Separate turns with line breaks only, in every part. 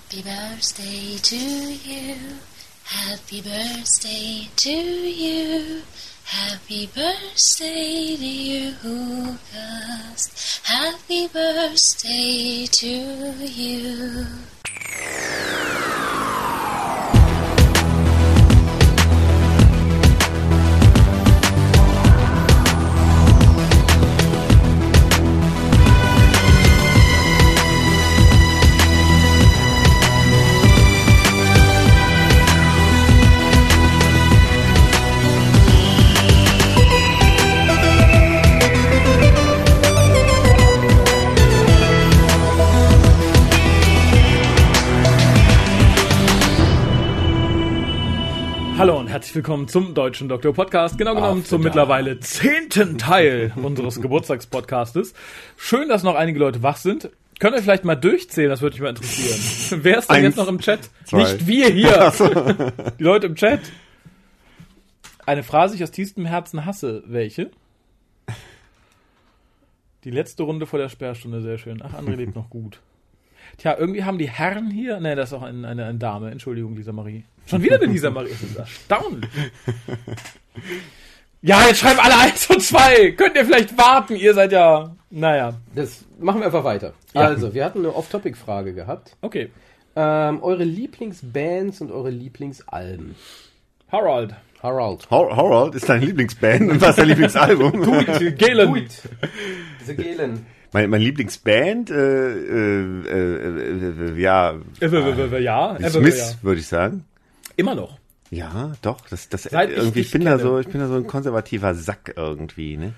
Happy birthday to you. Happy birthday to you. Happy birthday, dear Hugast. Happy birthday to you.
Hallo und herzlich willkommen zum Deutschen Doktor Podcast, genau genommen zum mittlerweile 10. Teil unseres Geburtstagspodcastes. Schön, dass noch einige Leute wach sind. Könnt ihr vielleicht mal durchzählen, das würde mich mal interessieren. Wer ist denn jetzt noch im Chat?
2.
Nicht wir hier, die Leute im Chat. Eine Phrase, die ich aus tiefstem Herzen hasse. Welche? Die letzte Runde vor der Sperrstunde, sehr schön. Ach, André lebt noch gut. Tja, irgendwie haben die Herren hier... Ne, das ist auch eine Dame. Entschuldigung, Lisa Marie. Schon wieder eine Lisa Marie. Das ist erstaunlich. Ja, jetzt schreiben alle 1 und 2. Könnt ihr vielleicht warten? Ihr seid ja... Naja.
Das machen wir einfach weiter. Ja. Also, wir hatten eine Off-Topic-Frage gehabt.
Okay.
Eure Lieblingsbands und eure Lieblingsalben.
Harold.
Harold ist deine Lieblingsband und was ist dein Lieblingsalbum?
Galen.
The Galen.
Mein Lieblingsband,
Ja.
Smith, würde ich sagen.
Immer noch.
Ja, doch, das
Seit
irgendwie, ich bin da so ein konservativer Sack irgendwie, ne?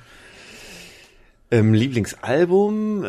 Lieblingsalbum,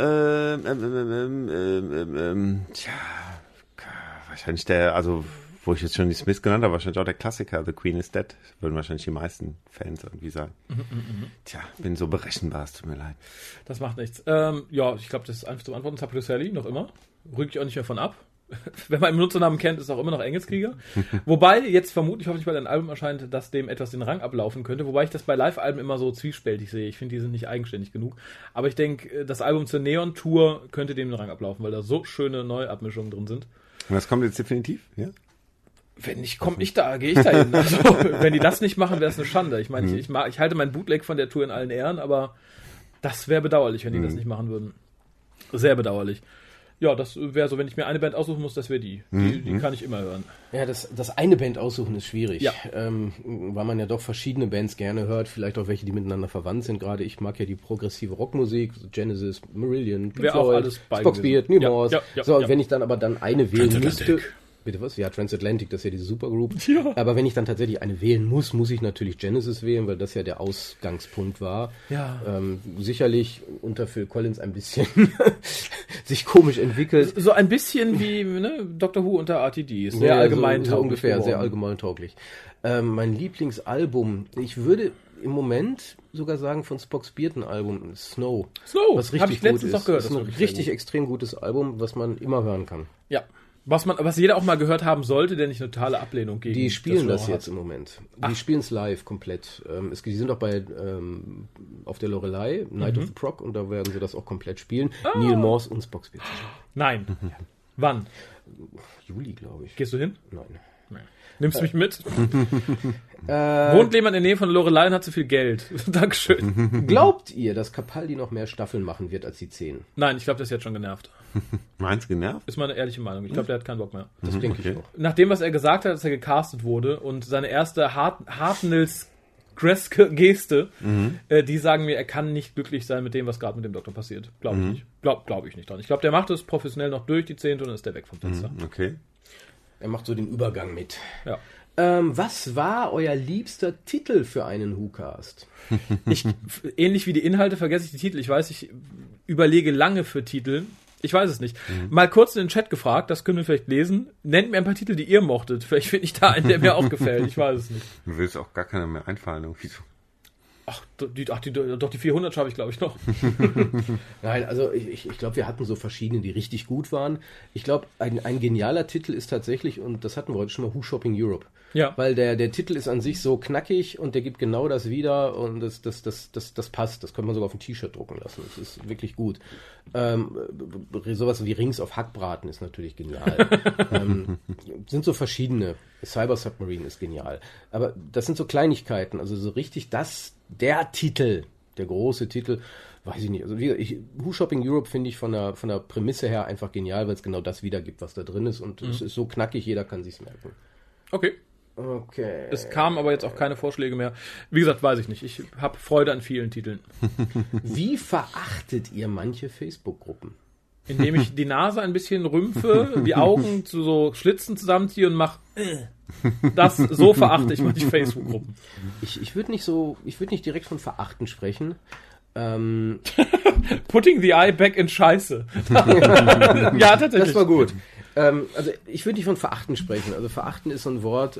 wahrscheinlich wo ich jetzt schon die Smiths genannt habe, wahrscheinlich auch der Klassiker, The Queen is Dead, würden wahrscheinlich die meisten Fans irgendwie sagen. Tja, bin so berechenbar, es tut mir leid.
Das macht nichts. Ja, ich glaube, das ist einfach zu beantworten. Saplo Sally, noch immer. Rück ich auch nicht mehr von ab. Wenn man im Benutzernamen kennt, ist auch immer noch Engelskrieger. Wobei jetzt vermutlich, hoffentlich bald ein Album erscheint, dass dem etwas den Rang ablaufen könnte. Wobei ich das bei Live-Alben immer so zwiespältig sehe. Ich finde, die sind nicht eigenständig genug. Aber ich denke, das Album zur Neon-Tour könnte dem den Rang ablaufen, weil da so schöne Neuabmischungen drin sind.
Und das kommt jetzt definitiv, ja?
Wenn nicht, gehe ich da hin. Also, wenn die das nicht machen, wäre es eine Schande. Ich meine, ich halte meinen Bootleg von der Tour in allen Ehren, aber das wäre bedauerlich, wenn die das nicht machen würden. Sehr bedauerlich. Ja, das wäre so, wenn ich mir eine Band aussuchen muss, das wäre die. Die kann ich immer hören.
Ja, das eine Band aussuchen ist schwierig.
Ja.
Weil man ja doch verschiedene Bands gerne hört, vielleicht auch welche, die miteinander verwandt sind. Gerade ich mag ja die progressive Rockmusik, Genesis, Marillion, Pink Floyd, Spock Beard, New Morse. Wenn ich dann aber eine wählen müsste... Bitte was? Ja, Transatlantic, das ist ja diese Supergroup. Ja. Aber wenn ich dann tatsächlich eine wählen muss ich natürlich Genesis wählen, weil das ja der Ausgangspunkt war.
Ja.
Sicherlich unter Phil Collins ein bisschen sich komisch entwickelt.
So ein bisschen wie Doctor Who unter RTD. Sehr allgemein
so ungefähr, sehr allgemeintauglich. Mein Lieblingsalbum, ich würde im Moment sogar sagen von Spock's Beard ein Album, Snow. Was richtig gut ist. Noch gehört. Das ist ein richtig extrem gutes Album, was man immer hören kann.
Ja. Was jeder auch mal gehört haben sollte, der nicht eine totale Ablehnung gegen
die spielen das jetzt im Moment. Die spielen es live komplett. Die sind auch auf der Loreley, Night of the Prog, und da werden sie das auch komplett spielen. Neil Morse und Spock's Beard.
Nein. Wann?
Juli, glaube ich.
Gehst du hin?
Nein.
Nimmst du mich mit? Wohnt jemand in der Nähe von Loreley und hat zu viel Geld? Dankeschön.
Glaubt ihr, dass Capaldi noch mehr Staffeln machen wird als die 10?
Nein, ich glaube, der ist jetzt schon genervt.
Meinst du genervt?
Ist meine ehrliche Meinung. Ich glaube, der hat keinen Bock mehr.
Das denke ich auch.
Nach dem, was er gesagt hat, als er gecastet wurde und seine erste Hartnells Geste, die sagen mir, er kann nicht glücklich sein mit dem, was gerade mit dem Doktor passiert. Glaube ich nicht. Glaube ich nicht dran. Ich glaube, der macht es professionell noch durch die 10. und dann ist der weg vom Fenster.
Okay.
Er macht so den Übergang mit.
Ja.
Was war euer liebster Titel für einen WhoCast?
Ähnlich wie die Inhalte vergesse ich die Titel. Ich weiß, ich überlege lange für Titel. Ich weiß es nicht. Mal kurz in den Chat gefragt, das können wir vielleicht lesen. Nennt mir ein paar Titel, die ihr mochtet. Vielleicht finde ich da einen, der mir auch gefällt. Ich weiß es nicht.
Mir will es auch gar keiner mehr einfallen. Irgendwie so.
Die 400 schaffe ich, glaube ich, noch.
Nein, also ich glaube, wir hatten so verschiedene, die richtig gut waren. Ich glaube, ein genialer Titel ist tatsächlich, und das hatten wir heute schon mal, Who Shopping Europe.
Ja.
Weil der Titel ist an sich so knackig und der gibt genau das wieder und das passt. Das könnte man sogar auf ein T-Shirt drucken lassen. Das ist wirklich gut. Sowas wie Rings of Hackbraten ist natürlich genial. Sind so verschiedene. Cyber Submarine ist genial. Aber das sind so Kleinigkeiten. Also so richtig der Titel, der große Titel, weiß ich nicht. Also Who Shopping Europe finde ich von der Prämisse her einfach genial, weil es genau das wiedergibt, was da drin ist. Und es ist so knackig, jeder kann sich's merken.
Okay. Es kamen aber jetzt auch keine Vorschläge mehr. Wie gesagt, weiß ich nicht. Ich habe Freude an vielen Titeln.
Wie verachtet ihr manche Facebook-Gruppen?
Indem ich die Nase ein bisschen rümpfe, die Augen zu so Schlitzen zusammenziehe und mache. So verachte ich manche Facebook-Gruppen.
Ich würde nicht direkt von verachten sprechen.
Putting the eye back in Scheiße. Ja, tatsächlich.
Das war gut. Also ich würde nicht von verachten sprechen. Also verachten ist so ein Wort.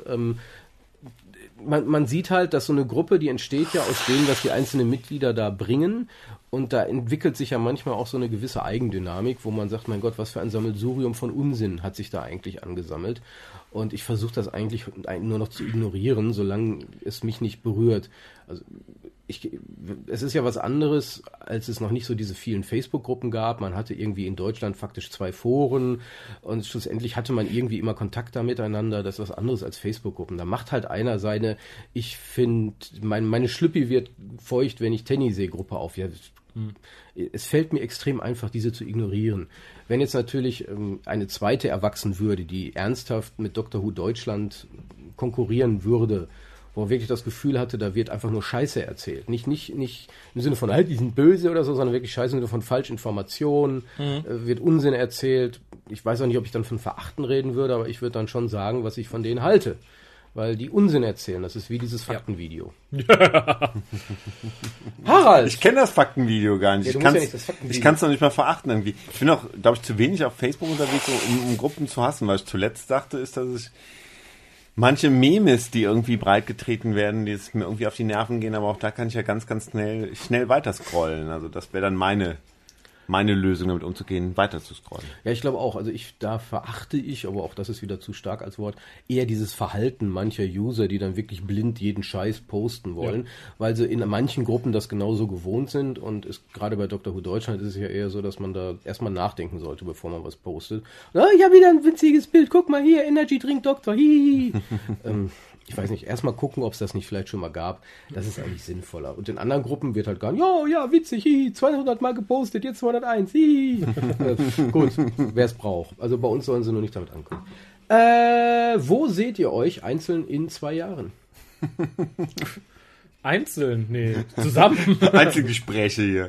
Man sieht halt, dass so eine Gruppe, die entsteht ja aus dem, was die einzelnen Mitglieder da bringen. Und da entwickelt sich ja manchmal auch so eine gewisse Eigendynamik, wo man sagt, mein Gott, was für ein Sammelsurium von Unsinn hat sich da eigentlich angesammelt. Und ich versuche das eigentlich nur noch zu ignorieren, solange es mich nicht berührt. Also es ist ja was anderes, als es noch nicht so diese vielen Facebook-Gruppen gab. Man hatte irgendwie in Deutschland faktisch 2 Foren und schlussendlich hatte man irgendwie immer Kontakt da miteinander. Das ist was anderes als Facebook-Gruppen. Da macht halt einer seine, ich finde, meine Schlüppi wird feucht, wenn ich Tennysee-Gruppe aufwirf. Es fällt mir extrem einfach, diese zu ignorieren. Wenn jetzt natürlich eine zweite erwachsen würde, die ernsthaft mit Dr. Who Deutschland konkurrieren würde, wo man wirklich das Gefühl hatte, da wird einfach nur Scheiße erzählt. Nicht im Sinne von, halt, die sind böse oder so, sondern wirklich Scheiße im Sinne von Falschinformationen, wird Unsinn erzählt. Ich weiß auch nicht, ob ich dann von Verachten reden würde, aber ich würde dann schon sagen, was ich von denen halte. Weil die Unsinn erzählen, das ist wie dieses Faktenvideo. Ja.
Harald! Ich kenne das Faktenvideo gar nicht. Ja, ich kann es noch nicht mal verachten irgendwie. Ich bin auch, glaube ich, zu wenig auf Facebook unterwegs, um Gruppen zu hassen. Was ich zuletzt dachte, ist, dass ich manche Memes, die irgendwie breitgetreten werden, die es mir irgendwie auf die Nerven gehen, aber auch da kann ich ja ganz, ganz schnell weiter scrollen. Also das wäre dann meine Lösung, damit umzugehen, weiter zu scrollen.
Ja, ich glaube auch. Also da verachte ich, aber auch das ist wieder zu stark als Wort, eher dieses Verhalten mancher User, die dann wirklich blind jeden Scheiß posten wollen, weil sie in manchen Gruppen das genauso gewohnt sind und gerade bei Dr. Who Deutschland ist es ja eher so, dass man da erstmal nachdenken sollte, bevor man was postet. Oh, ich habe wieder ein winziges Bild, guck mal hier, Energy Drink Doktor, hihi. Ich weiß nicht, erstmal gucken, ob es das nicht vielleicht schon mal gab. Das ist eigentlich sinnvoller. Und in anderen Gruppen wird halt gar nicht, ja, witzig, 200 Mal gepostet, jetzt 201, gut, wer es braucht. Also bei uns sollen sie nur nicht damit ankommen. Wo seht ihr euch einzeln in 2 Jahren?
Einzeln? Nee, zusammen.
Einzelgespräche hier.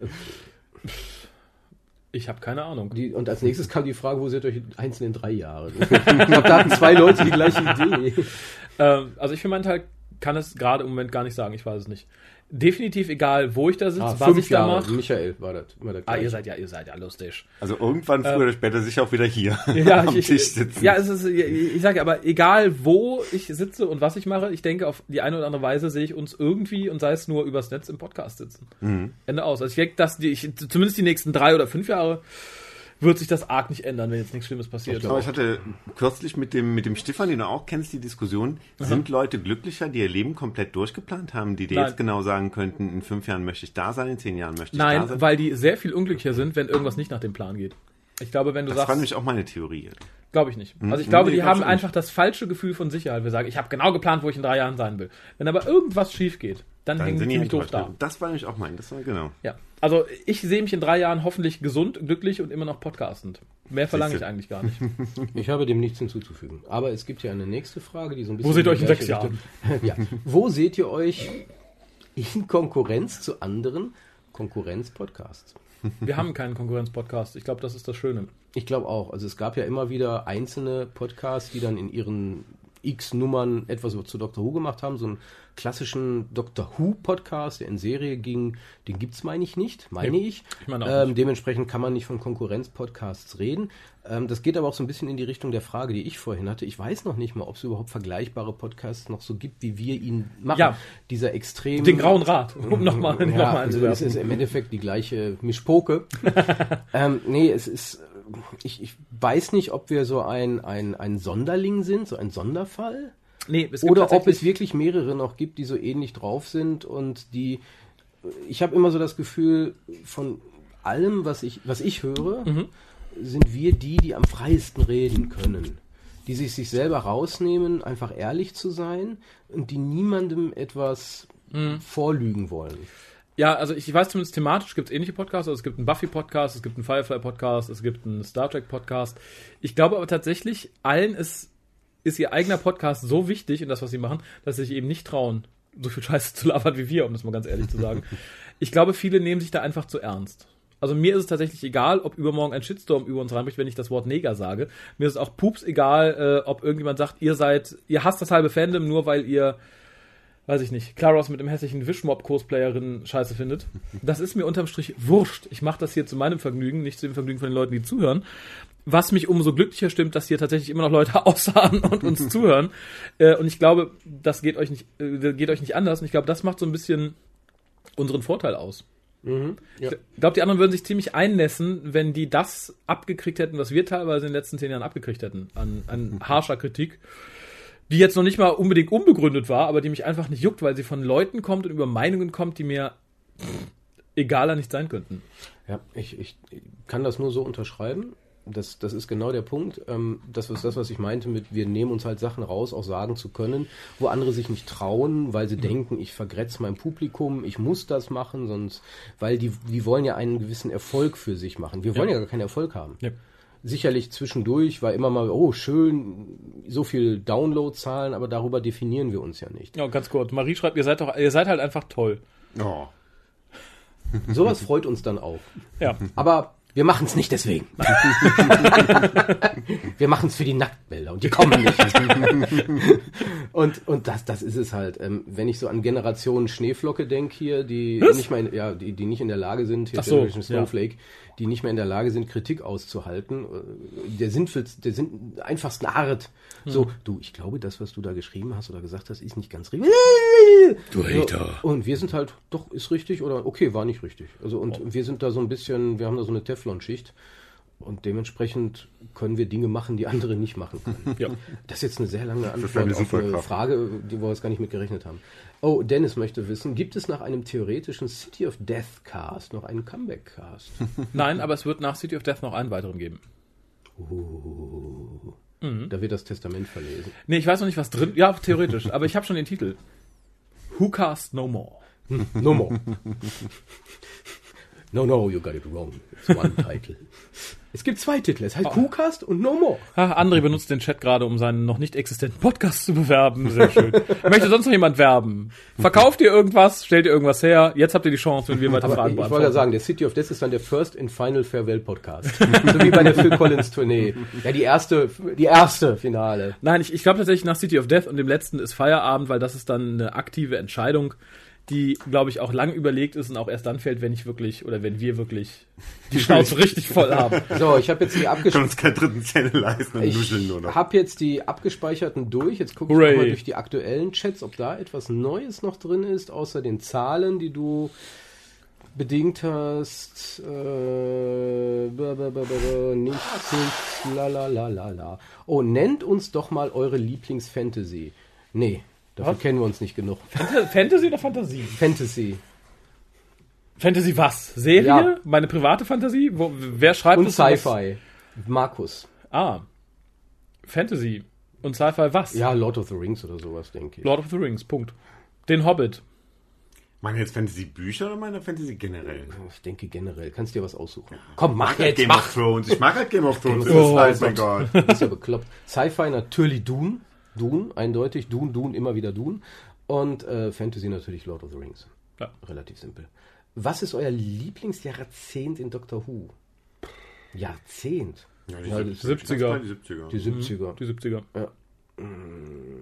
Ich habe keine Ahnung.
Und als nächstes kam die Frage, wo seht ihr euch einzeln in 3 Jahren? Ich glaube, da hatten 2 Leute die gleiche Idee.
Also ich für meinen Teil kann es gerade im Moment gar nicht sagen, ich weiß es nicht. Definitiv egal, wo ich da sitze, was ich da mache.
Michael war das.
Ihr seid ja lustig.
Also irgendwann früher oder später sicher auch wieder hier
am Tisch sitzen. Ja, ich sage ja, aber egal wo ich sitze und was ich mache, ich denke, auf die eine oder andere Weise sehe ich uns irgendwie, und sei es nur übers Netz, im Podcast sitzen. Ende aus. Also ich denke, zumindest die nächsten 3 oder 5 Jahre wird sich das arg nicht ändern, wenn jetzt nichts Schlimmes passiert.
Aber ich hatte kürzlich mit dem Stefan, den du auch kennst, die Diskussion, sind Leute glücklicher, die ihr Leben komplett durchgeplant haben, die dir jetzt genau sagen könnten, in 5 Jahren möchte ich da sein, in 10 Jahren möchte ich da sein?
Nein, weil die sehr viel unglücklicher sind, wenn irgendwas nicht nach dem Plan geht. Ich glaube, wenn du sagst...
Das war nämlich auch meine Theorie.
Glaube ich nicht. Also ich glaube, die haben einfach das falsche Gefühl von Sicherheit. Wir sagen, ich habe genau geplant, wo ich in 3 Jahren sein will. Wenn aber irgendwas schief geht, dann hängen die ziemlich doof da.
Das war nämlich auch das war genau.
Ja, also ich sehe mich in 3 Jahren hoffentlich gesund, glücklich und immer noch podcastend. Mehr verlange ich eigentlich gar nicht.
Ich habe dem nichts hinzuzufügen. Aber es gibt ja eine nächste Frage, die so ein bisschen...
Wo seht ihr euch in 6 Jahren?
Ja. Wo seht ihr euch in Konkurrenz zu anderen Konkurrenz-Podcasts?
Wir haben keinen Konkurrenz-Podcast. Ich glaube, das ist das Schöne.
Ich glaube auch. Also es gab ja immer wieder einzelne Podcasts, die dann in ihren x Nummern etwas zu Doctor Who gemacht haben, so einen klassischen Doctor Who Podcast, der in Serie ging, den gibt's meine ich nicht. Ich meine auch nicht. Dementsprechend kann man nicht von Konkurrenz-Podcasts reden. Das geht aber auch so ein bisschen in die Richtung der Frage, die ich vorhin hatte. Ich weiß noch nicht mal, ob es überhaupt vergleichbare Podcasts noch so gibt, wie wir ihn machen. Ja. Dieser extrem...
Den Grauen Rat, um nochmal
also es ist im Endeffekt die gleiche Mischpoke. Es ist... Ich weiß nicht, ob wir so ein Sonderling sind, so ein Sonderfall. Nee, es gibt oder ob es wirklich mehrere noch gibt, die so ähnlich drauf sind und die... Ich habe immer so das Gefühl, von allem, was ich höre, sind wir die am freiesten reden können. Die sich selber rausnehmen, einfach ehrlich zu sein und die niemandem etwas vorlügen wollen.
Ja, also ich weiß zumindest thematisch gibt es ähnliche Podcasts. Also es gibt einen Buffy-Podcast, es gibt einen Firefly-Podcast, es gibt einen Star Trek-Podcast. Ich glaube aber tatsächlich, allen ist ihr eigener Podcast so wichtig in das, was sie machen, dass sie sich eben nicht trauen, so viel Scheiße zu labern wie wir, um das mal ganz ehrlich zu sagen. Ich glaube, viele nehmen sich da einfach zu ernst. Also mir ist es tatsächlich egal, ob übermorgen ein Shitstorm über uns reinbricht, wenn ich das Wort Neger sage. Mir ist es auch pups egal, ob irgendjemand sagt, ihr hasst das halbe Fandom, nur weil ihr, weiß ich nicht, Klaros mit dem hässlichen Wischmob-Cosplayerin scheiße findet. Das ist mir unterm Strich wurscht. Ich mache das hier zu meinem Vergnügen, nicht zu dem Vergnügen von den Leuten, die zuhören. Was mich umso glücklicher stimmt, dass hier tatsächlich immer noch Leute aussahen und uns zuhören. Und ich glaube, das geht euch nicht anders. Und ich glaube, das macht so ein bisschen unseren Vorteil aus. Ja. Ich glaube, die anderen würden sich ziemlich einnässen, wenn die das abgekriegt hätten, was wir teilweise in den letzten 10 Jahren abgekriegt hätten, an harscher Kritik, die jetzt noch nicht mal unbedingt unbegründet war, aber die mich einfach nicht juckt, weil sie von Leuten kommt und über Meinungen kommt, die mir egaler nicht sein könnten.
Ja, ich kann das nur so unterschreiben. Das ist genau der Punkt. Das ist das, was ich meinte mit, wir nehmen uns halt Sachen raus, auch sagen zu können, wo andere sich nicht trauen, weil sie denken, ich vergrätze mein Publikum, ich muss das machen, sonst, weil die wollen ja einen gewissen Erfolg für sich machen. Wir wollen ja gar keinen Erfolg haben. Ja. Sicherlich zwischendurch war immer mal, oh schön, so viel Downloadzahlen, aber darüber definieren wir uns ja nicht.
Ja, ganz kurz. Marie schreibt, ihr seid halt einfach toll.
Oh.
Sowas freut uns dann auch. Ja. Aber wir machen es nicht deswegen. Wir machen es für die Nacktbilder und die kommen nicht. und das ist es halt. Wenn ich so an Generationen Schneeflocke denke hier, die nicht mehr die nicht in der Lage sind, hier Generation Snowflake, die nicht mehr in der Lage sind, Kritik auszuhalten. Der sind einfachsten Art. So, du, ich glaube, das, was du da geschrieben hast oder gesagt hast, ist nicht ganz richtig.
Du Hater.
Und wir sind halt, doch, ist richtig oder okay, war nicht richtig. Also und wir sind da so ein bisschen, wir haben da so eine Teflonschicht und dementsprechend können wir Dinge machen, die andere nicht machen können. Ja. Das ist jetzt eine sehr lange Antwort auf eine Frage, die wir jetzt gar nicht mit gerechnet haben. Oh, Dennis möchte wissen, gibt es nach einem theoretischen City of Death Cast noch einen Comeback Cast?
Nein, aber es wird nach City of Death noch einen weiteren geben.
Da wird das Testament verlesen.
Nee, ich weiß noch nicht, was drin... Ja, theoretisch, aber ich habe schon den Titel. Who Cast No More.
No More. No, you got it wrong. It's one title. Es gibt 2 Titel. Es heißt WhoCast und No More.
Ach, André benutzt den Chat gerade, um seinen noch nicht existenten Podcast zu bewerben. Sehr schön. Möchte sonst noch jemand werben? Verkauft ihr irgendwas? Stellt ihr irgendwas her? Jetzt habt ihr die Chance, wenn wir weiter Fragen beantworten.
Ich wollte ja sagen, der City of Death ist dann der First and Final Farewell Podcast. So wie bei der Phil Collins Tournee. Ja, die erste Finale.
Nein, ich glaube tatsächlich nach City of Death und dem letzten ist Feierabend, weil das ist dann eine aktive Entscheidung, die, glaube ich, auch lang überlegt ist und auch erst dann fällt, wenn wir wirklich die Schnauze richtig voll haben.
So, ich habe jetzt die
können uns keinen dritten Channel leisten und nuscheln nur noch.
Ich habe jetzt die abgespeicherten durch. Jetzt gucke ich mal durch die aktuellen Chats, ob da etwas Neues noch drin ist, außer den Zahlen, die du bedingt hast. Nichts, la. Oh, nennt uns doch mal eure Lieblingsfantasy. Nee. Dafür kennen wir uns nicht genug.
Fantasy oder Fantasie?
Fantasy.
Fantasy was? Serie? Ja. Meine private Fantasie? Wer schreibt
und Sci-Fi. Markus.
Fantasy. Und Sci-Fi was?
Ja, Lord of the Rings oder sowas, denke ich.
Lord of the Rings, Punkt. Den Hobbit.
Meine jetzt Fantasy-Bücher oder meine Fantasy generell?
Ich denke generell. Kannst dir was aussuchen. Ja.
Komm, mach jetzt. Game of Thrones. Ich mag halt Game of Thrones. Mein Gott.
Du bist ja bekloppt. Sci-Fi natürlich Dune, eindeutig. Dune, immer wieder Dune. Und Fantasy natürlich Lord of the Rings. Ja. Relativ simpel. Was ist euer Lieblingsjahrzehnt in Doctor Who? Jahrzehnt?
Ja, die 70er.
Die 70er.
Die 70er.
Ja.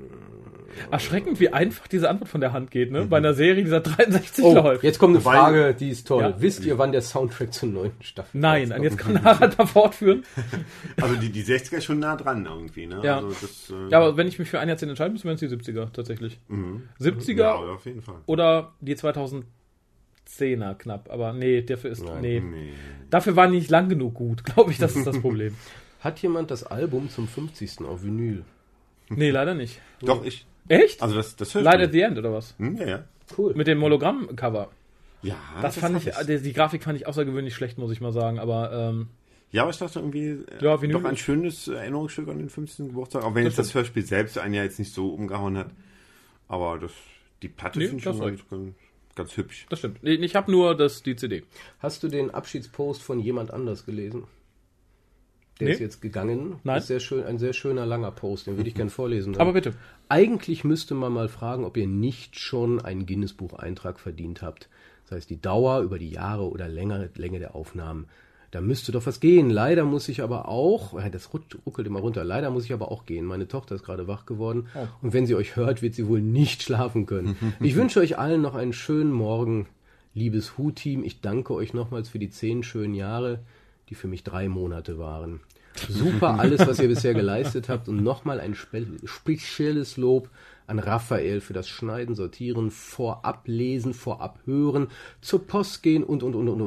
Erschreckend, wie einfach diese Antwort von der Hand geht, ne? Bei einer Serie, die seit 63 läuft.
Jetzt kommt eine Frage, die ist toll. Ja. Wisst ihr, wann der Soundtrack zur 9. Staffel
Nein, und jetzt kann Harald mal fortführen.
Also die 60er ist schon nah dran irgendwie, ne?
Ja.
Also das,
ja, aber wenn ich mich für ein Jahrzehnt entscheiden müsste, wären es die 70er tatsächlich. 70er
ja, auf jeden Fall.
Oder die 2010er knapp. Aber nee, dafür ist... Nee. Dafür war nicht lang genug gut, glaube ich, das ist das Problem.
Hat jemand das Album zum 50. auf Vinyl?
Nee, leider nicht.
Doch, ich.
Echt?
Also das hört
Light at the End, oder was?
Ja.
Cool. Mit dem Hologramm-Cover.
Ja.
Das fand ich, die Grafik fand ich außergewöhnlich schlecht, muss ich mal sagen, aber...
ja, aber ich dachte irgendwie, doch ein schönes Erinnerungsstück an den 15. Geburtstag, auch wenn jetzt das Hörspiel selbst einen ja jetzt nicht so umgehauen hat. Aber die Platte finde ich schon ganz hübsch.
Das stimmt. Ich habe nur die CD.
Hast du den Abschiedspost von jemand anders gelesen? Der ist jetzt gegangen.
Nein.
Das ist ein sehr schöner, langer Post, den würde ich gerne vorlesen.
Aber bitte.
Eigentlich müsste man mal fragen, ob ihr nicht schon einen Guinness-Buch-Eintrag verdient habt. Das heißt, die Dauer über die Jahre oder Länge der Aufnahmen. Da müsste doch was gehen. Leider muss ich aber auch, das ruckelt immer runter, leider muss ich aber auch gehen. Meine Tochter ist gerade wach geworden und wenn sie euch hört, wird sie wohl nicht schlafen können. Ich wünsche euch allen noch einen schönen Morgen, liebes Hu-Team. Ich danke euch nochmals für die 10 schönen Jahre, die für mich 3 Monate waren. Super alles, was ihr bisher geleistet habt und nochmal ein spezielles Lob an Raphael für das Schneiden, Sortieren, Vorablesen, Vorabhören, zur Post gehen und.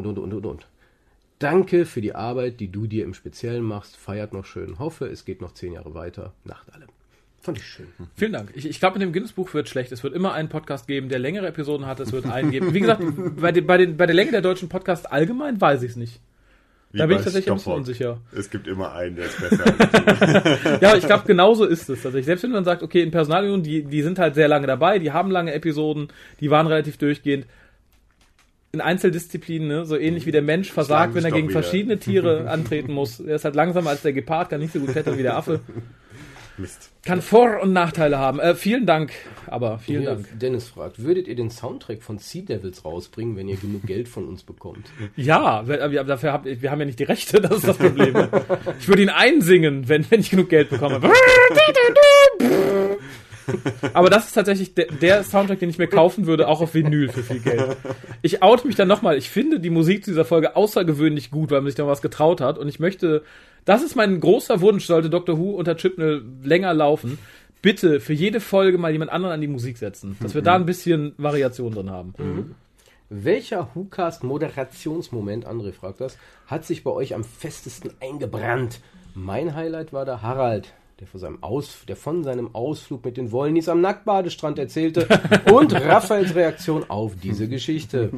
Danke für die Arbeit, die du dir im Speziellen machst. Feiert noch schön. Hoffe, es geht noch 10 Jahre weiter. Nacht alle. Fand ich schön.
Vielen Dank. Ich glaube, mit dem Guinness-Buch wird schlecht. Es wird immer einen Podcast geben, der längere Episoden hat. Es wird einen geben. Wie gesagt, bei der Länge der deutschen Podcasts allgemein weiß ich es nicht. Da bin ich tatsächlich ein bisschen unsicher.
Es gibt immer einen, der ist besser.
Ja, ich glaube, genauso ist es. Also selbst wenn man sagt, okay, in Personalunion, die sind halt sehr lange dabei, die haben lange Episoden, die waren relativ durchgehend. In Einzeldisziplinen, ne, so ähnlich wie der Mensch versagt, wenn er gegen verschiedene Tiere antreten muss. Er ist halt langsamer als der Gepard, kann nicht so gut klettern wie der Affe.
Mist.
Kann Vor- und Nachteile haben. Vielen Dank, aber vielen Dank.
Dennis fragt, würdet ihr den Soundtrack von Sea Devils rausbringen, wenn ihr genug Geld von uns bekommt?
Ja, wir haben ja nicht die Rechte, das ist das Problem. Ich würde ihn einsingen, wenn ich genug Geld bekomme. Aber das ist tatsächlich der Soundtrack, den ich mir kaufen würde, auch auf Vinyl für viel Geld. Ich oute mich dann nochmal. Ich finde die Musik zu dieser Folge außergewöhnlich gut, weil man sich da was getraut hat. Und ich möchte, das ist mein großer Wunsch, sollte Doctor Who unter Chibnall länger laufen, bitte für jede Folge mal jemand anderen an die Musik setzen. Dass wir da ein bisschen Variation drin haben.
Welcher WhoCast-Moderationsmoment, André fragt das, hat sich bei euch am festesten eingebrannt? Mein Highlight war der Harald, der von seinem Ausflug mit den Wollnis am Nacktbadestrand erzählte und Raphaels Reaktion auf diese Geschichte.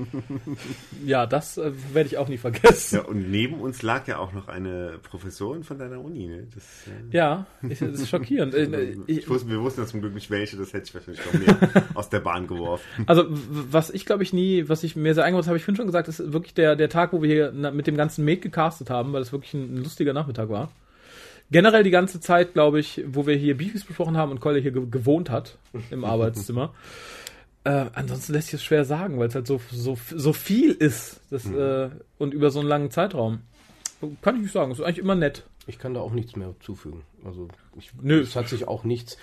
Ja, das werde ich auch nie vergessen.
Ja, und neben uns lag ja auch noch eine Professorin von deiner Uni. Ne?
Das ist schockierend.
Wir wussten ja zum Glück nicht welche, das hätte ich wahrscheinlich noch mehr aus der Bahn geworfen.
Also, was ich mir sehr eingebaut habe, ich vorhin schon gesagt, ist wirklich der Tag, wo wir hier mit dem ganzen Med gecastet haben, weil es wirklich ein lustiger Nachmittag war. Generell die ganze Zeit, glaube ich, wo wir hier Beefies besprochen haben und Kolle hier gewohnt hat im Arbeitszimmer. Ansonsten lässt sich das schwer sagen, weil es halt so viel ist und über so einen langen Zeitraum. Kann ich nicht sagen, es ist eigentlich immer nett.
Ich kann da auch nichts mehr zufügen. Also es hat sich auch nichts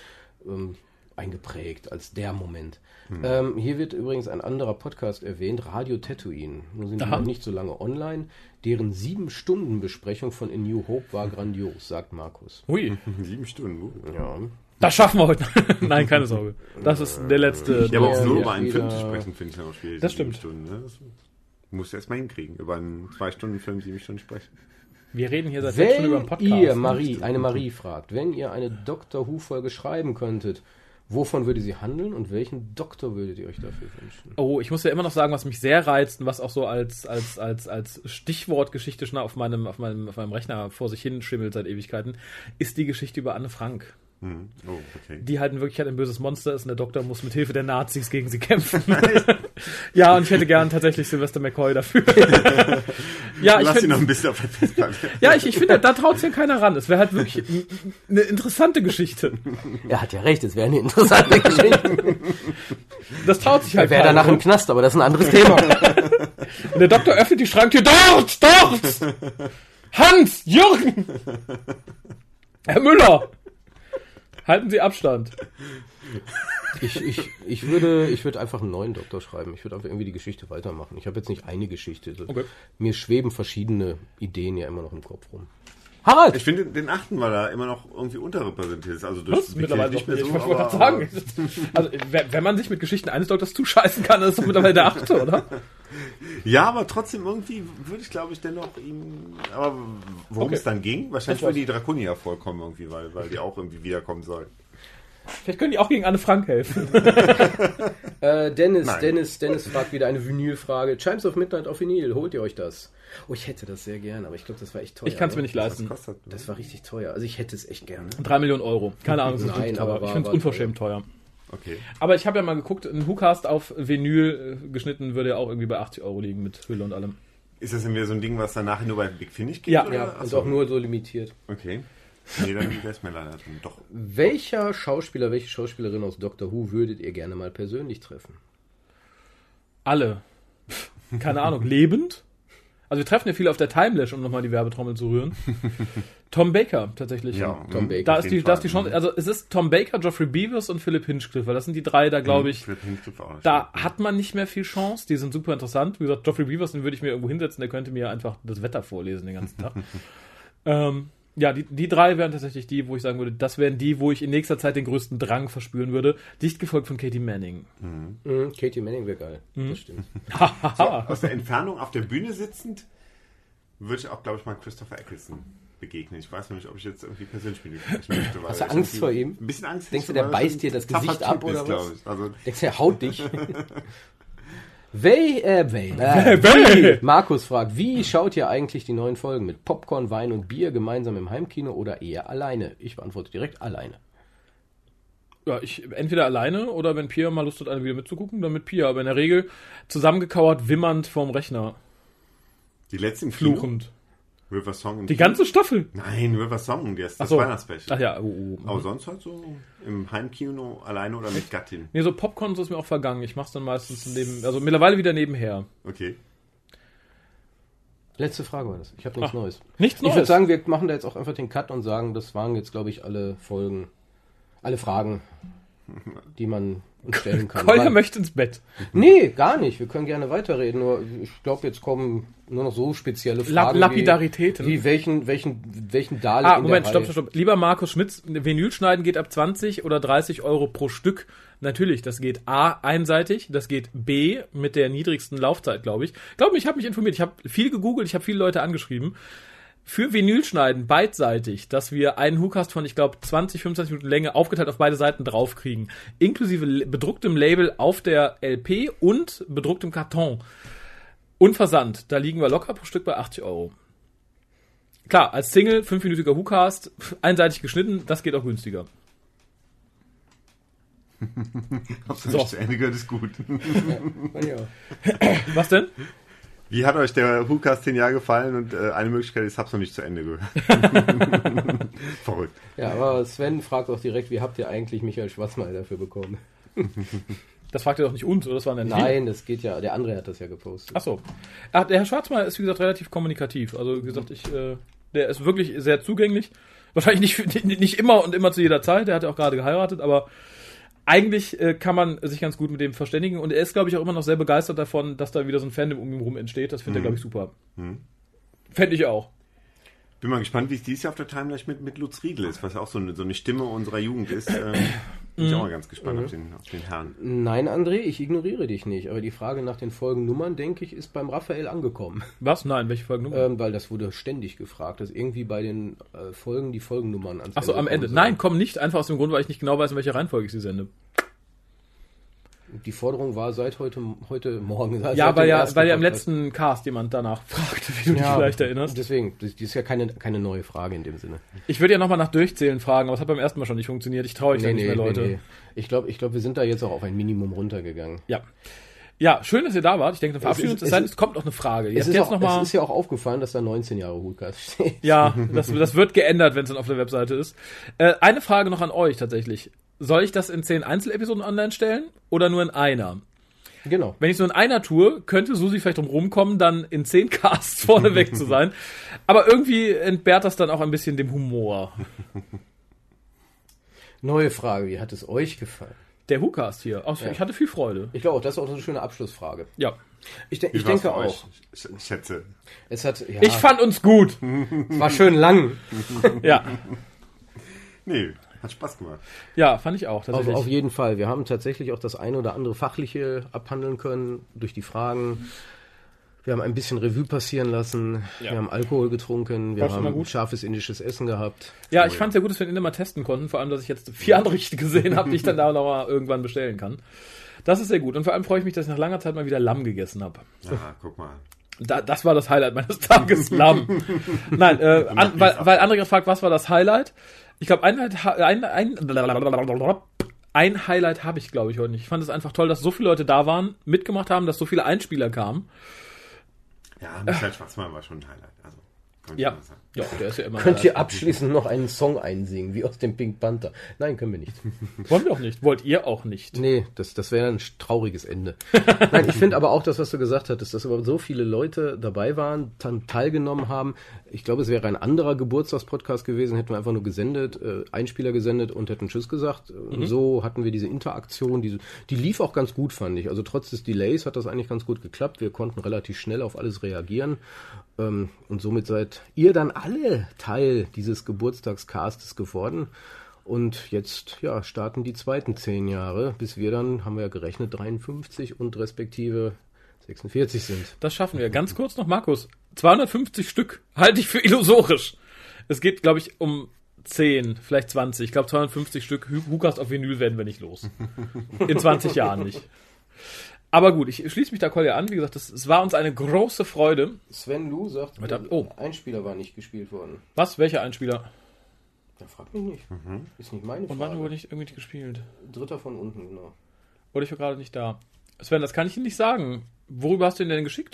eingeprägt als der Moment. Hier wird übrigens ein anderer Podcast erwähnt, Radio Tatooine. Nur sind die noch nicht so lange online. Deren 7-Stunden-Besprechung von A New Hope war grandios, sagt Markus.
Ui.
7 Stunden.
Ja.
Das schaffen wir heute. Nein, keine Sorge. Das ist der letzte.
Ja, aber auch nur über einen Film zu sprechen, finde ich dann auch schwierig.
Das stimmt.
Stunden, ne? Das musst du erstmal hinkriegen, über einen 2-Stunden-Film 7 Stunden sprechen.
Wir reden hier seit 6 Stunden über einen Podcast.
Wenn ihr, Marie fragt, wenn ihr eine Doctor Who-Folge schreiben könntet, wovon würde sie handeln und welchen Doktor würdet ihr euch dafür wünschen?
Oh, ich muss ja immer noch sagen, was mich sehr reizt und was auch so als Stichwortgeschichte schon auf meinem Rechner vor sich hin schimmelt seit Ewigkeiten, ist die Geschichte über Anne Frank.
Oh, okay.
Die halt in Wirklichkeit ein böses Monster ist und der Doktor muss mit Hilfe der Nazis gegen sie kämpfen. Ja, und ich hätte gern tatsächlich Sylvester McCoy dafür. Ja,
lass ihn noch ein bisschen auf der Festplatte.
Ja, ich finde, da traut sich ja keiner ran. Es wäre halt wirklich eine interessante Geschichte.
Er hat ja recht, es wäre eine interessante Geschichte.
Das traut sich halt
keiner. Er wäre danach im Knast, aber das ist ein anderes Thema.
Und der Doktor öffnet die Schranktür. Dort! Hans! Jürgen! Herr Müller! Halten Sie Abstand.
Ich würde einfach einen neuen Doktor schreiben. Ich würde einfach irgendwie die Geschichte weitermachen. Ich habe jetzt nicht eine Geschichte. Okay. Mir schweben verschiedene Ideen ja immer noch im Kopf rum.
Harald! Ich finde den 8., weil er immer noch irgendwie unterrepräsentiert ist. Also durch
mittlerweile nicht mehr so, ich wollte gerade sagen. Also, wenn man sich mit Geschichten eines Doktors zuscheißen kann, ist es mittlerweile der 8., oder?
Ja, aber trotzdem irgendwie würde ich, glaube ich, dennoch ihm... Aber worum es dann ging? Wahrscheinlich würde die Draconia vorkommen irgendwie, weil die auch irgendwie wiederkommen soll.
Vielleicht können die auch gegen Anne Frank helfen.
Dennis fragt wieder eine Vinylfrage. Chimes of Midnight auf Vinyl, holt ihr euch das? Oh, ich hätte das sehr gerne, aber ich glaube, das war echt teuer.
Ich kann es mir nicht leisten.
Das war richtig teuer. Also ich hätte es echt gerne.
3 Millionen Euro. Keine Ahnung,
Nein, aber
ich finde es unverschämt teuer.
Okay.
Aber ich habe ja mal geguckt, ein WhoCast auf Vinyl geschnitten würde ja auch irgendwie bei 80 Euro liegen mit Hülle und allem.
Ist das denn wieder so ein Ding, was dann nachher nur bei Big Finish gibt?
Ja,
und auch nur so limitiert.
Okay. Nee, dann wäre es mir leider drin. Doch.
Welcher Schauspieler, welche Schauspielerin aus Doctor Who würdet ihr gerne mal persönlich treffen?
Alle. Keine Ahnung. Lebend? Also wir treffen ja viele auf der Timelash, um nochmal die Werbetrommel zu rühren. Tom Baker, tatsächlich.
Ja,
Tom Baker. Da ist die Chance, also es ist Tom Baker, Geoffrey Beavers und Philip Hinchcliffe, weil das sind die 3, da glaube ich, da hat man nicht mehr viel Chance, die sind super interessant. Wie gesagt, Geoffrey Beavers, den würde ich mir irgendwo hinsetzen, der könnte mir einfach das Wetter vorlesen den ganzen Tag. Ja, die 3 wären tatsächlich die, wo ich sagen würde, das wären die, wo ich in nächster Zeit den größten Drang verspüren würde. Dicht gefolgt von Katie Manning.
Katie Manning wäre geil, das stimmt.
So, aus der Entfernung auf der Bühne sitzend würde ich auch, glaube ich, mal Christopher Eccleston begegnen. Ich weiß noch nicht, ob ich jetzt irgendwie persönlich mit ihm sprechen möchte.
Hast du Angst vor ihm?
Ein bisschen Angst.
Denkst du, der beißt dir das Gesicht ab oder was?
Also
denkst du, er haut dich? Markus fragt, wie schaut ihr eigentlich die neuen Folgen? Mit Popcorn, Wein und Bier gemeinsam im Heimkino oder eher alleine? Ich beantworte direkt alleine.
Ja, ich entweder alleine oder wenn Pia mal Lust hat, eine wieder mitzugucken, dann mit Pia. Aber in der Regel zusammengekauert, wimmernd vorm Rechner.
Die letzten
fluchend.
River Song.
Die ganze Staffel?
Nein, River Song, das Weihnachtsspecial.
Ach ja.
Aber sonst halt so im Heimkino alleine oder mit Gattin.
Nee, so Popcorn ist mir auch vergangen. Ich mach's dann meistens mittlerweile wieder nebenher.
Okay.
Letzte Frage war das. Ich habe nichts Neues.
Nichts Neues?
Ich würde sagen, wir machen da jetzt auch einfach den Cut und sagen, das waren jetzt, glaube ich, alle Fragen, die man uns stellen kann.
Kolja möchte ins Bett.
Nee, gar nicht. Wir können gerne weiterreden. Nur ich glaube, jetzt kommen nur noch so spezielle Fragen.
Lapidaritäten.
Wie welchen Dalek
Moment, stopp. Lieber Markus Schmitz, Vinyl schneiden geht ab 20 oder 30 Euro pro Stück. Natürlich, das geht A, einseitig, das geht B, mit der niedrigsten Laufzeit, glaube ich. Glaub mir, ich habe mich informiert, ich habe viel gegoogelt, ich habe viele Leute angeschrieben. Für Vinyl schneiden, beidseitig, dass wir einen WhoCast von, ich glaube, 20, 25 Minuten Länge aufgeteilt auf beide Seiten draufkriegen. Inklusive bedrucktem Label auf der LP und bedrucktem Karton. Und Versand. Da liegen wir locker pro Stück bei 80 Euro. Klar, als Single, 5-minütiger WhoCast, einseitig geschnitten, das geht auch günstiger.
Hab's nicht zu Ende gehört, ist gut.
Ja.
Was denn?
Wie hat euch der WhoCast 10 Jahre gefallen? Und eine Möglichkeit ist, hab's noch nicht zu Ende gehört. Verrückt.
Ja, aber Sven fragt auch direkt, wie habt ihr eigentlich Michael Schwarzmeier dafür bekommen?
Das fragt ihr doch nicht uns, oder? Das war
Nein, das geht ja, der andere hat das ja gepostet.
Ach so. Der Herr Schwarzmeier ist, wie gesagt, relativ kommunikativ. Also, wie gesagt, der ist wirklich sehr zugänglich. Wahrscheinlich nicht immer und immer zu jeder Zeit. Der hat ja auch gerade geheiratet, aber eigentlich kann man sich ganz gut mit dem verständigen und er ist, glaube ich, auch immer noch sehr begeistert davon, dass da wieder so ein Fandom um ihn rum entsteht. Das findet er, glaube ich, super. Fände ich auch.
Bin mal gespannt, wie es dieses Jahr auf der Timeline mit Lutz Riedel ist, was ja auch so eine Stimme unserer Jugend ist. Bin ich auch mal ganz gespannt auf den Herrn.
Nein, André, ich ignoriere dich nicht, aber die Frage nach den Folgennummern, denke ich, ist beim Raphael angekommen.
Was? Nein, welche Folgennummern?
Weil das wurde ständig gefragt, dass irgendwie bei den Folgen die Folgennummern ans
Ende am Ende. Nein, komm nicht, einfach aus dem Grund, weil ich nicht genau weiß, in welcher Reihenfolge ich sie sende.
Die Forderung war seit heute Morgen.
Ja, weil ja im letzten Cast jemand danach fragte, wie du dich vielleicht erinnerst.
Deswegen, das ist ja keine neue Frage in dem Sinne.
Ich würde ja nochmal nach Durchzählen fragen, aber es hat beim ersten Mal schon nicht funktioniert. Ich traue euch nicht mehr, Leute. Nee.
Ich glaube, wir sind da jetzt auch auf ein Minimum runtergegangen.
Ja. Ja, schön, dass ihr da wart. Ich denke, dann verabschieden uns. Es kommt noch eine Frage.
Es ist ja auch aufgefallen, dass da 19 Jahre WhoCast steht.
Ja, das wird geändert, wenn es dann auf der Webseite ist. Eine Frage noch an euch tatsächlich. Soll ich das in 10 Einzelepisoden online stellen oder nur in einer?
Genau.
Wenn ich es nur in einer tue, könnte Susi vielleicht drum rumkommen, dann in 10 Casts vorneweg zu sein. Aber irgendwie entbehrt das dann auch ein bisschen dem Humor.
Neue Frage, wie hat es euch gefallen?
Der WhoCast hier. Ich hatte viel Freude.
Ich glaube auch, das ist auch eine schöne Abschlussfrage.
Ja.
Ich denke auch.
Ich schätze.
Ich fand uns gut.
Es war schön lang.
Ja.
Nee, hat Spaß gemacht.
Ja, fand ich auch. Tatsächlich.
Auf jeden Fall. Wir haben tatsächlich auch das eine oder andere Fachliche abhandeln können durch die Fragen. Wir haben ein bisschen Revue passieren lassen. Ja. Wir haben Alkohol getrunken. Wir haben scharfes indisches Essen gehabt.
Ja, ich fand es sehr gut, dass wir den immer testen konnten. Vor allem, dass ich jetzt 4 andere gesehen habe, die ich dann da noch mal irgendwann bestellen kann. Das ist sehr gut. Und vor allem freue ich mich, dass ich nach langer Zeit mal wieder Lamm gegessen habe.
Ja, guck mal.
Das war das Highlight meines Tages, Lamm. Nein, weil André gefragt, was war das Highlight? Ich glaube, ein Highlight habe ich, glaube ich, heute nicht. Ich fand es einfach toll, dass so viele Leute da waren, mitgemacht haben, dass so viele Einspieler kamen.
Ja, Michael Schwarzmann war schon ein Highlight. Also,
ja, der ist ja immer.
Könnt ihr abschließend noch einen Song einsingen, wie aus dem Pink Panther? Nein, können wir nicht.
Wollen wir auch nicht. Wollt ihr auch nicht?
Nee, das wäre ein trauriges Ende. Nein, ich finde aber auch das, was du gesagt hattest, dass aber so viele Leute dabei waren, teilgenommen haben. Ich glaube, es wäre ein anderer Geburtstagspodcast gewesen, hätten wir einfach nur gesendet, Einspieler gesendet und hätten Tschüss gesagt. So hatten wir diese Interaktion, die lief auch ganz gut, fand ich. Also trotz des Delays hat das eigentlich ganz gut geklappt. Wir konnten relativ schnell auf alles reagieren. Und somit seid ihr dann alle Teil dieses Geburtstagscastes geworden. Und jetzt starten die zweiten 10 Jahre, bis wir dann, haben wir ja gerechnet, 53 und respektive 46 sind.
Das schaffen wir. Ganz kurz noch, Markus. 250 Stück halte ich für illusorisch. Es geht, glaube ich, um 10, vielleicht 20. Ich glaube, 250 Stück WhoCast auf Vinyl werden wir nicht los. In 20 Jahren nicht. Aber gut, ich schließe mich da Kolja an. Wie gesagt, es war uns eine große Freude.
Sven Lu sagt, Einspieler war nicht gespielt worden.
Was? Welcher Einspieler?
Ja, frag mich nicht. Ist nicht meine Frage.
Und wann wurde nicht irgendwie nicht gespielt?
3. von unten, genau.
Oder ich war gerade nicht da. Sven, das kann ich Ihnen nicht sagen. Worüber hast du ihn denn geschickt?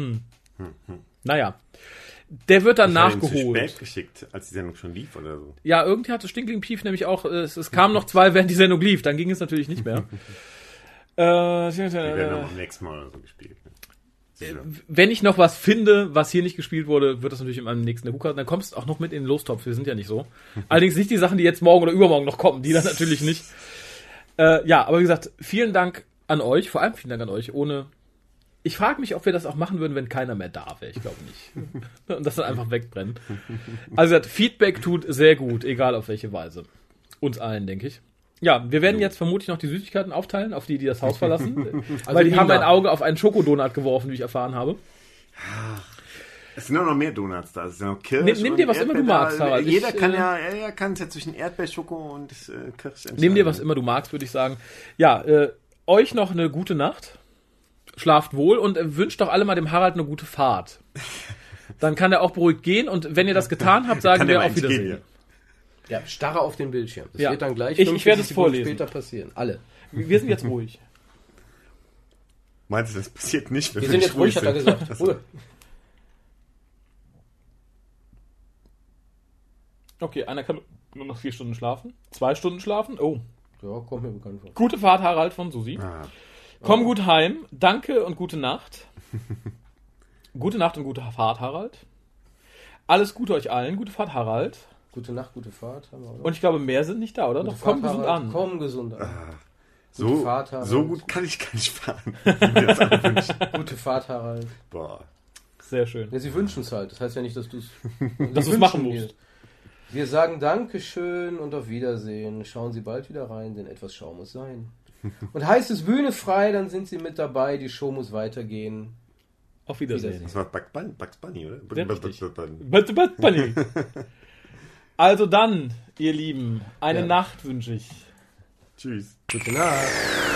Naja. Der wird dann nachgeholt. Zu
spät geschickt, als die Sendung schon lief oder so.
Ja, irgendwie hatte Stinkling Pief nämlich auch, es kamen noch 2, während die Sendung lief. Dann ging es natürlich nicht mehr.
Die werden auch beim nächsten Mal oder so gespielt.
Wenn ich noch was finde, was hier nicht gespielt wurde, wird das natürlich in meinem nächsten WhoCast. Dann kommst du auch noch mit in den Lostopf. Wir sind ja nicht so. Allerdings nicht die Sachen, die jetzt morgen oder übermorgen noch kommen. Die dann natürlich nicht. Aber wie gesagt, vielen Dank an euch. Vor allem vielen Dank an euch. Ich frage mich, ob wir das auch machen würden, wenn keiner mehr da wäre. Ich glaube nicht. Und das dann einfach wegbrennen. Also Feedback tut sehr gut, egal auf welche Weise. Uns allen, denke ich. Ja, wir werden jetzt vermutlich noch die Süßigkeiten aufteilen, auf die das Haus verlassen. Also weil die haben ein Auge auf einen Schokodonut geworfen, wie ich erfahren habe.
Es sind auch noch mehr Donuts da. Es sind noch Kirsch.
Nimm dir was immer du magst, Harald.
Jeder kann es ja zwischen Erdbeer, Schoko und Kirsch entscheiden.
Nimm dir was immer du magst, würde ich sagen. Ja, euch noch eine gute Nacht. Schlaft wohl und wünscht doch alle mal dem Harald eine gute Fahrt. Dann kann er auch beruhigt gehen und wenn ihr das getan habt, sagen wir auf Wiedersehen.
Ja, starre auf den Bildschirm. Das wird dann gleich
ich werde es vorlesen.
Später passieren. Alle.
Wir sind jetzt ruhig.
Meinst du, das passiert nicht, wenn
wir sind jetzt ruhig, hat er gesagt. Ruhe.
Okay, einer kann nur noch 4 Stunden schlafen. 2 Stunden schlafen. Oh.
Ja, kommt mir bekannt vor.
Gute Fahrt, Harald von Susi. Komm gut heim. Danke und gute Nacht. Gute Nacht und gute Fahrt, Harald. Alles Gute euch allen. Gute Fahrt, Harald.
Gute Nacht, gute Fahrt. Haben wir, oder?
Und ich glaube, mehr sind nicht da, oder?
Gute
Doch,
komm gesund an. Komm gesund an.
So gut kann ich gar nicht fahren.
Gute Fahrt, Harald.
Boah.
Sehr schön.
Ja, sie wünschen es halt. Das heißt ja nicht, dass du
es machen musst.
Wir sagen Dankeschön und auf Wiedersehen. Schauen Sie bald wieder rein, denn etwas Schau muss sein. Und heißt es Bühne frei, dann sind Sie mit dabei. Die Show muss weitergehen.
Auf Wiedersehen.
Das war Bugs Bunny, oder?
Bugs Bunny. Also dann, ihr Lieben, eine Nacht wünsche ich.
Tschüss.
Gute Nacht.